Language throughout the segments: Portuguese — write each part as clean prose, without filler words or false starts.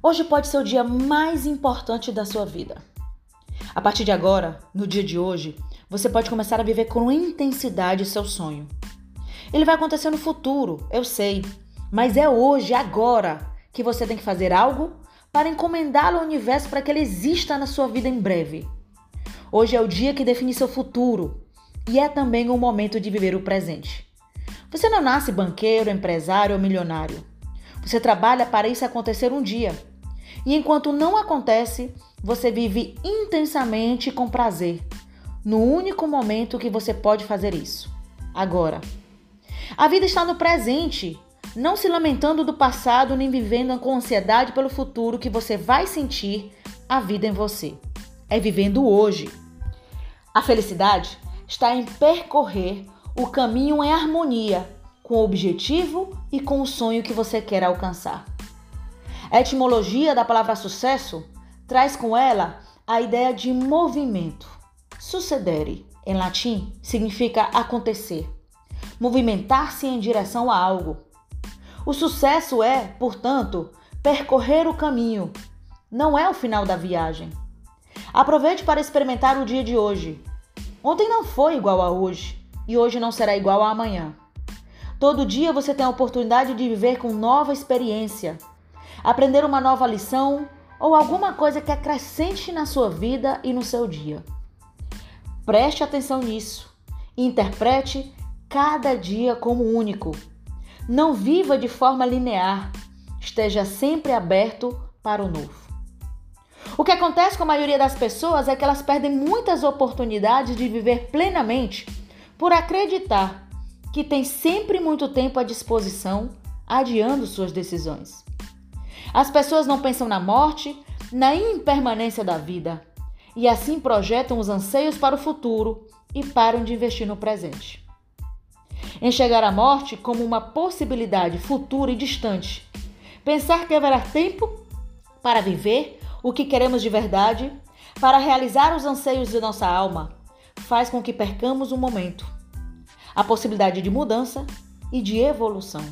Hoje pode ser o dia mais importante da sua vida. A partir de agora, no dia de hoje, você pode começar a viver com intensidade seu sonho. Ele vai acontecer no futuro, eu sei, mas é hoje, agora, que você tem que fazer algo para encomendá-lo ao universo para que ele exista na sua vida em breve. Hoje é o dia que define seu futuro e é também o momento de viver o presente. Você não nasce banqueiro, empresário ou milionário. Você trabalha para isso acontecer um dia. E enquanto não acontece, você vive intensamente e com prazer, no único momento que você pode fazer isso, agora. A vida está no presente, não se lamentando do passado nem vivendo com ansiedade pelo futuro que você vai sentir a vida em você. É vivendo hoje. A felicidade está em percorrer o caminho em harmonia com o objetivo e com o sonho que você quer alcançar. A etimologia da palavra sucesso traz com ela a ideia de movimento. Succedere, em latim, significa acontecer, movimentar-se em direção a algo. O sucesso é, portanto, percorrer o caminho, não é o final da viagem. Aproveite para experimentar o dia de hoje. Ontem não foi igual a hoje e hoje não será igual a amanhã. Todo dia você tem a oportunidade de viver com nova experiência, aprender uma nova lição ou alguma coisa que acrescente na sua vida e no seu dia. Preste atenção nisso e interprete cada dia como único. Não viva de forma linear, esteja sempre aberto para o novo. O que acontece com a maioria das pessoas é que elas perdem muitas oportunidades de viver plenamente por acreditar que tem sempre muito tempo à disposição, adiando suas decisões. As pessoas não pensam na morte, na impermanência da vida, e assim projetam os anseios para o futuro e param de investir no presente. Enxergar a morte como uma possibilidade futura e distante, pensar que haverá tempo para viver o que queremos de verdade, para realizar os anseios de nossa alma, faz com que percamos o momento, a possibilidade de mudança e de evolução.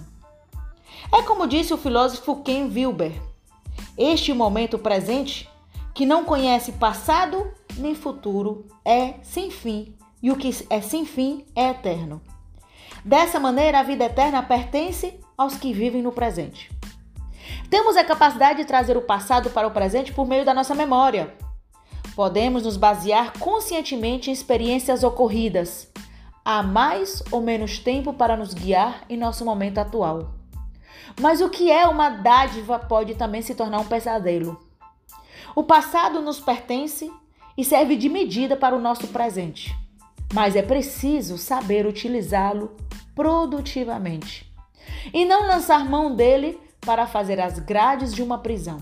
É como disse o filósofo Ken Wilber, este momento presente, que não conhece passado nem futuro, é sem fim, e o que é sem fim é eterno. Dessa maneira, a vida eterna pertence aos que vivem no presente. Temos a capacidade de trazer o passado para o presente por meio da nossa memória. Podemos nos basear conscientemente em experiências ocorridas há mais ou menos tempo para nos guiar em nosso momento atual. Mas o que é uma dádiva pode também se tornar um pesadelo. O passado nos pertence e serve de medida para o nosso presente, mas é preciso saber utilizá-lo produtivamente e não lançar mão dele para fazer as grades de uma prisão.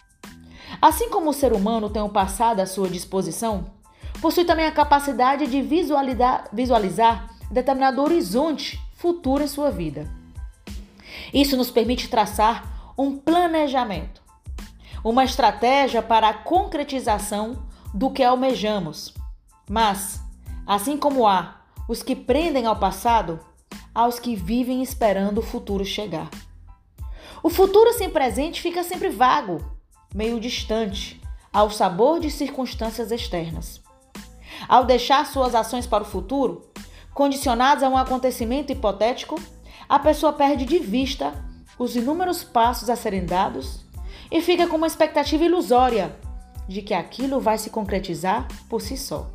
Assim como o ser humano tem o passado à sua disposição, possui também a capacidade de visualizar determinado horizonte futuro em sua vida. Isso nos permite traçar um planejamento, uma estratégia para a concretização do que almejamos. Mas, assim como há os que prendem ao passado, há os que vivem esperando o futuro chegar. O futuro sem presente fica sempre vago, meio distante, ao sabor de circunstâncias externas. Ao deixar suas ações para o futuro, condicionadas a um acontecimento hipotético, a pessoa perde de vista os inúmeros passos a serem dados e fica com uma expectativa ilusória de que aquilo vai se concretizar por si só.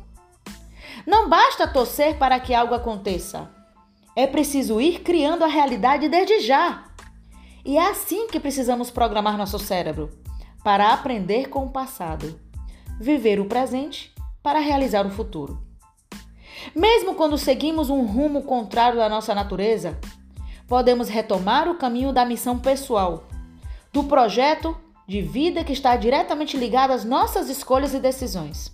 Não basta torcer para que algo aconteça. É preciso ir criando a realidade desde já. E é assim que precisamos programar nosso cérebro, para aprender com o passado, viver o presente para realizar o futuro. Mesmo quando seguimos um rumo contrário da nossa natureza, podemos retomar o caminho da missão pessoal, do projeto de vida que está diretamente ligado às nossas escolhas e decisões.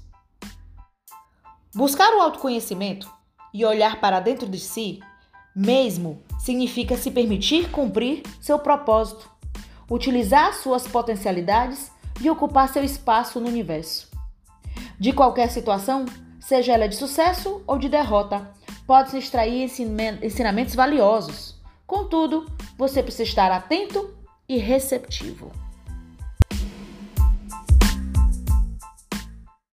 Buscar o autoconhecimento e olhar para dentro de si mesmo significa se permitir cumprir seu propósito, utilizar suas potencialidades e ocupar seu espaço no universo. De qualquer situação, seja ela de sucesso ou de derrota, pode-se extrair ensinamentos valiosos. Contudo, você precisa estar atento e receptivo.